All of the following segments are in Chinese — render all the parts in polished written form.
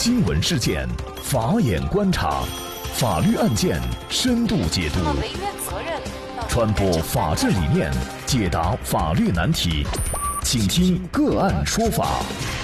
新闻事件，法眼观察，法律案件深度解读，传播法治理念，解答法律难题，请听个案说法。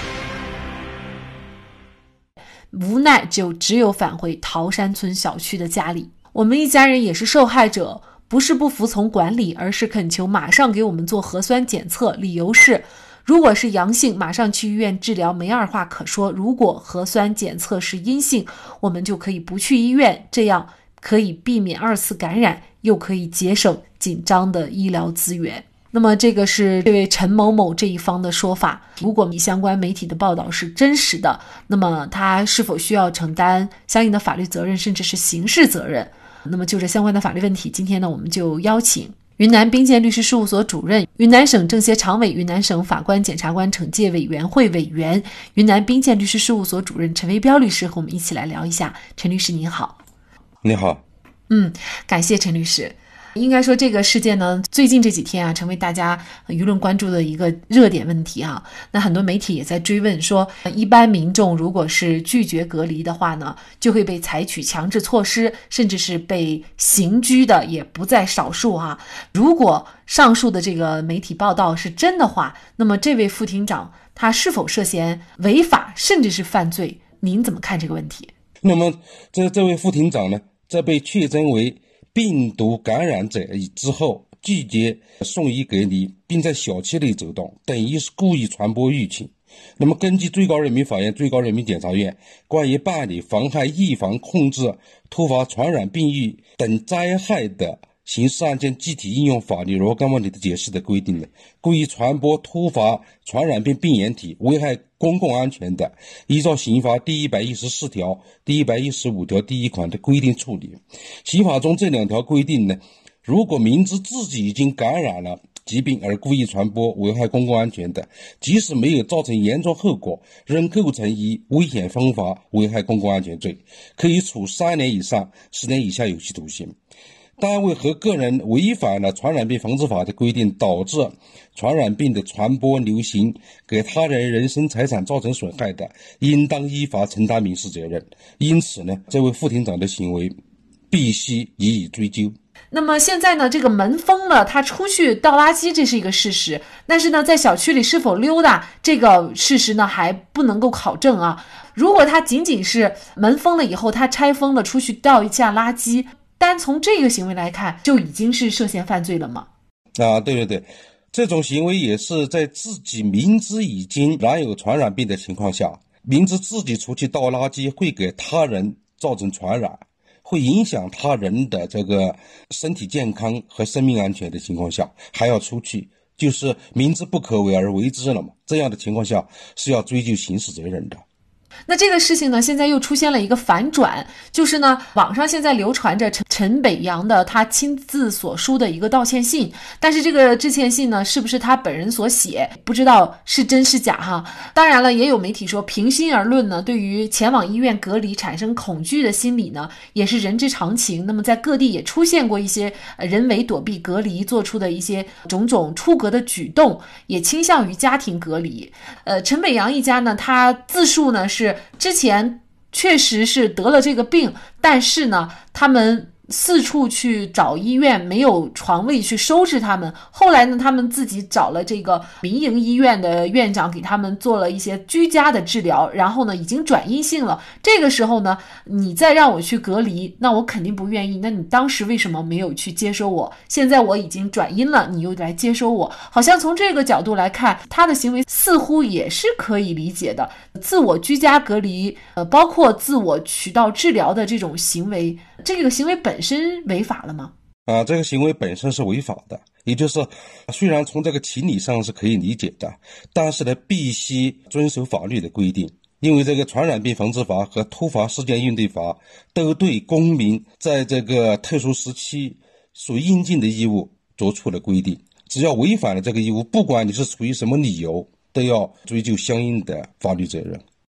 无奈只有返回桃山村小区的家里。我们一家人也是受害者，不是不服从管理，而是恳求马上给我们做核酸检测，理由是如果是阳性，马上去医院治疗，没二话可说；如果核酸检测是阴性，我们就可以不去医院，这样可以避免2次感染，又可以节省紧张的医疗资源。那么这个是这位陈某某这一方的说法，如果相关媒体的报道是真实的，那么他是否需要承担相应的法律责任，甚至是刑事责任？那么就这相关的法律问题，今天呢，我们就邀请云南宾建律师事务所主任、云南省政协常委、云南省法官检察官惩戒委员会委员、云南宾建律师事务所主任陈维彪律师和我们一起来聊一下。陈律师您好。 你好。 感谢陈律师。应该说这个事件呢，最近这几天啊，成为大家舆论关注的一个热点问题啊。那很多媒体也在追问说，一般民众如果是拒绝隔离的话呢，就会被采取强制措施，甚至是被刑拘的也不在少数啊。如果上述的这个媒体报道是真的话，那么这位副厅长他是否涉嫌违法，甚至是犯罪？您怎么看这个问题？ 那么这位副厅长呢，在被确诊为病毒感染者之后，拒绝送医隔离，并在小区内走动，等于是故意传播疫情。那么根据最高人民法院、最高人民检察院关于办理妨害预防、控制突发传染病疫等灾害的刑事案件具体应用法律若干问题的解释的规定呢，故意传播突发传染病病原体危害公共安全的，依照刑法第114条、第115条第1款的规定处理。刑法中这2条规定呢，如果明知自己已经感染了疾病而故意传播危害公共安全的，即使没有造成严重后果，仍构成以危险方法危害公共安全罪，可以处3年以上10年以下有期徒刑。单位和个人违反了传染病防治法的规定，导致传染病的传播流行，给他人人身财产造成损害的，应当依法承担民事责任。因此呢，这位副厅长的行为必须予以追究。 那么现在呢，这个门封了，他出去倒垃圾，这是一个事实。但是呢，在小区里是否溜达，这个事实呢还不能够考证啊。如果他仅仅是门封了以后，他拆封了，出去倒一下垃圾，单从这个行为来看，就已经是涉嫌犯罪了吗？ 对，这种行为也是在自己明知已经染有传染病的情况下，明知自己出去倒垃圾会给他人造成传染，会影响他人的这个身体健康和生命安全的情况下，还要出去，就是明知不可为而为之了嘛。这样的情况下是要追究刑事责任的。 那这个事情呢，现在又出现了一个反转，就是呢，网上现在流传着陈北阳的他亲自所书的一个道歉信，但是这个致歉信呢，是不是他本人所写，不知道是真是假哈。当然了，也有媒体说，平心而论呢，对于前往医院隔离产生恐惧的心理呢，也是人之常情。那么在各地也出现过一些人为躲避隔离做出的一些种种出格的举动，也倾向于家庭隔离。陈北阳一家呢，他自述呢是之前确实是得了这个病，但是呢，他们四处去找医院，没有床位去收治他们。后来呢，他们自己找了这个民营医院的院长，给他们做了一些居家的治疗，然后呢，已经转阴性了。这个时候呢，你再让我去隔离，那我肯定不愿意。那你当时为什么没有去接收我？现在我已经转阴了，你又来接收我，好像从这个角度来看，他的行为似乎也是可以理解的。自我居家隔离，包括自我渠道治疗的这种行为，这个行为本身违法了吗？ 这个行为本身是违法的，也就是虽然从这个情理上是可以理解的，但是呢，必须遵守法律的规定。因为这个传染病防治法和突发事件应对法都对公民在这个特殊时期所应尽的义务作出了规定，只要违反了这个义务，不管你是出于什么理由，都要追究相应的法律责任。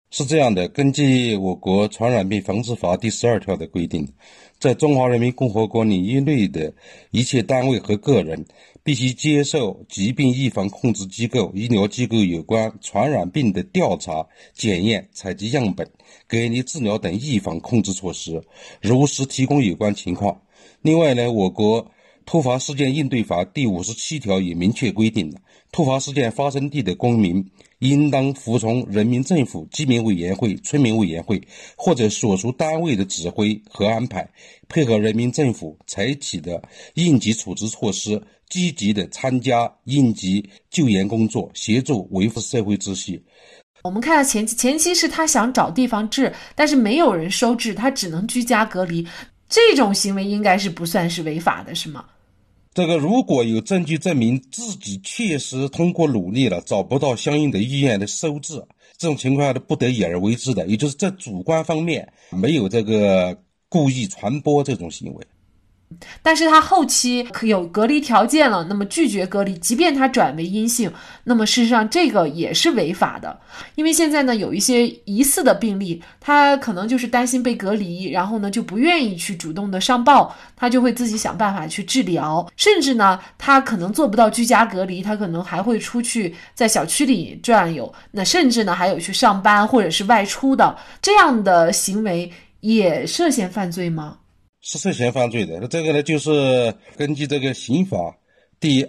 是这样的，根据我国传染病防治法第12条的规定，在中华人民共和国领域内的一切单位和个人必须接受疾病预防控制机构、医疗机构有关传染病的调查、检验、采集样本、隔离治疗等预防控制措施，如实提供有关情况。另外呢，我国突发事件应对法第57条也明确规定了，突发事件发生地的公民应当服从人民政府居民委员会、村民委员会或者所属单位的指挥和安排，配合人民政府采取的应急处置措施，积极的参加应急救援工作，协助维护社会秩序。 我们看到前期是他想找地方治，但是没有人收治，他只能居家隔离，这种行为应该是不算是违法的，是吗？ 这个如果有证据证明自己确实通过努力了找不到相应的医院的收治，这种情况是不得已而为之的，也就是在主观方面没有这个故意传播这种行为。 但是他后期有隔离条件了，那么拒绝隔离，即便他转为阴性，那么事实上这个也是违法的。因为现在呢有一些疑似的病例，他可能就是担心被隔离，然后呢就不愿意去主动的上报，他就会自己想办法去治疗，甚至呢他可能做不到居家隔离，他可能还会出去在小区里转悠，那甚至呢还有去上班或者是外出的，这样的行为也涉嫌犯罪吗？ 是涉嫌犯罪的。这个呢，就是根据这个刑法第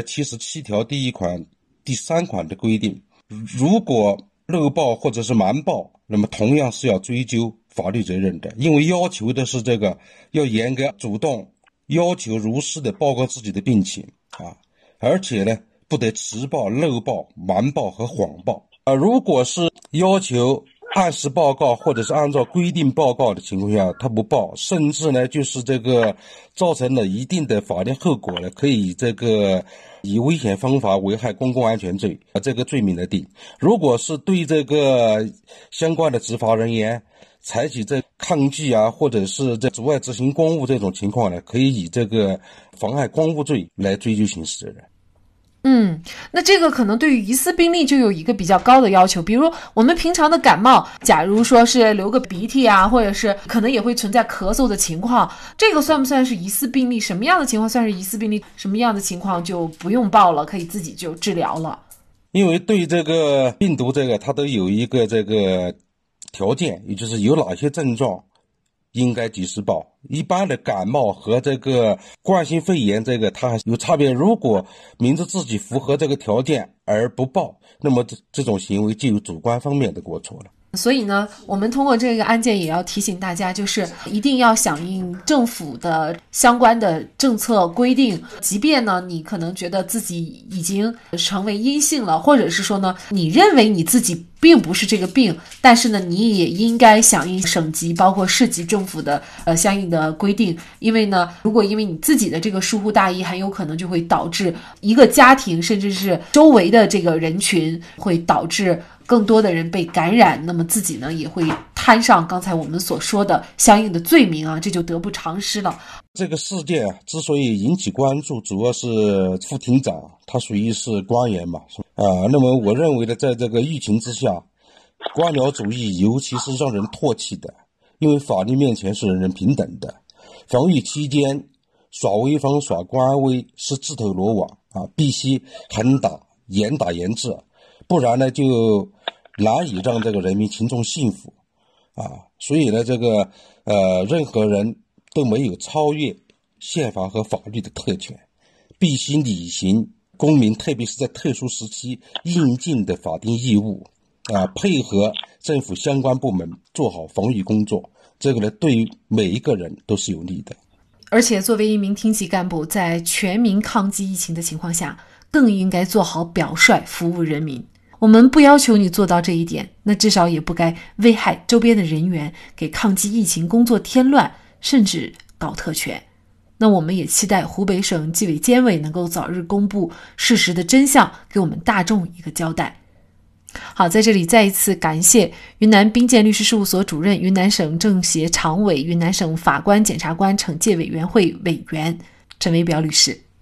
277条第1款、第3款的规定，如果漏报或者是瞒报，那么同样是要追究法律责任的，因为要求的是这个要严格主动要求如实的报告自己的病情而且呢不得迟报、漏报、瞒报和谎报如果是要求按时报告或者是按照规定报告的情况下他不报，甚至呢就是这个造成了一定的法律后果呢，可以这个以危险方法危害公共安全罪这个罪名来定。如果是对这个相关的执法人员采取这抗拒或者是这阻碍执行公务这种情况呢，可以以这个妨害公务罪来追究刑事责任。 那这个可能对于疑似病例就有一个比较高的要求，比如我们平常的感冒，假如说是流个鼻涕或者是可能也会存在咳嗽的情况，这个算不算是疑似病例？什么样的情况算是疑似病例？什么样的情况就不用报了，可以自己就治疗了？ 因为对这个病毒它都有一个这个条件，也就是有哪些症状应该及时报。一般的感冒和这个冠心肺炎它还有差别，如果明知自己符合这个条件而不报，那么这种行为就有主观方面的过错了。 所以呢，我们通过这个案件也要提醒大家，就是一定要响应政府的相关的政策规定，即便呢你可能觉得自己已经成为阴性了，或者是说呢你认为你自己并不是这个病，但是呢你也应该响应省级包括市级政府的相应的规定。因为呢如果因为你自己的这个疏忽大意，很有可能就会导致一个家庭甚至是周围的这个人群会导致更多的人被感染，那么自己呢也会摊上刚才我们所说的相应的罪名这就得不偿失了。 这个事件之所以引起关注，主要是副厅长他属于是官员嘛那么我认为呢，在这个疫情之下，官僚主义尤其是让人唾弃的，因为法律面前是人人平等的。防疫期间耍威风耍官威是自投罗网必须狠打严打严治，不然呢就难以让这个人民群众信服所以呢任何人都没有超越宪法和法律的特权，必须履行公民特别是在特殊时期应尽的法定义务配合政府相关部门做好防御工作，这个呢对于每一个人都是有利的。 而且作为一名厅级干部，在全民抗击疫情的情况下，更应该做好表率服务人民。我们不要求你做到这一点，那至少也不该危害周边的人员，给抗击疫情工作添乱，甚至搞特权。那我们也期待湖北省纪委监委能够早日公布事实的真相，给我们大众一个交代。好，在这里再一次感谢云南冰鉴律师事务所主任、云南省政协常委、云南省法官检察官惩戒委员会委员陈维表律师。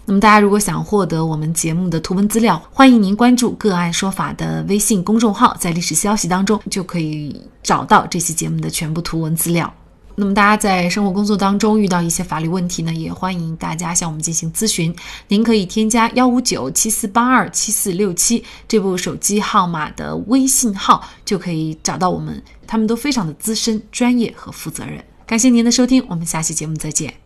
那么大家如果想获得我们节目的图文资料，欢迎您关注个案说法的微信公众号，在历史消息当中就可以找到这期节目的全部图文资料。那么大家在生活工作当中遇到一些法律问题呢，也欢迎大家向我们进行咨询。您可以添加15974827467这部手机号码的微信号，就可以找到我们，他们都非常的资深、专业和负责任。感谢您的收听，我们下期节目再见。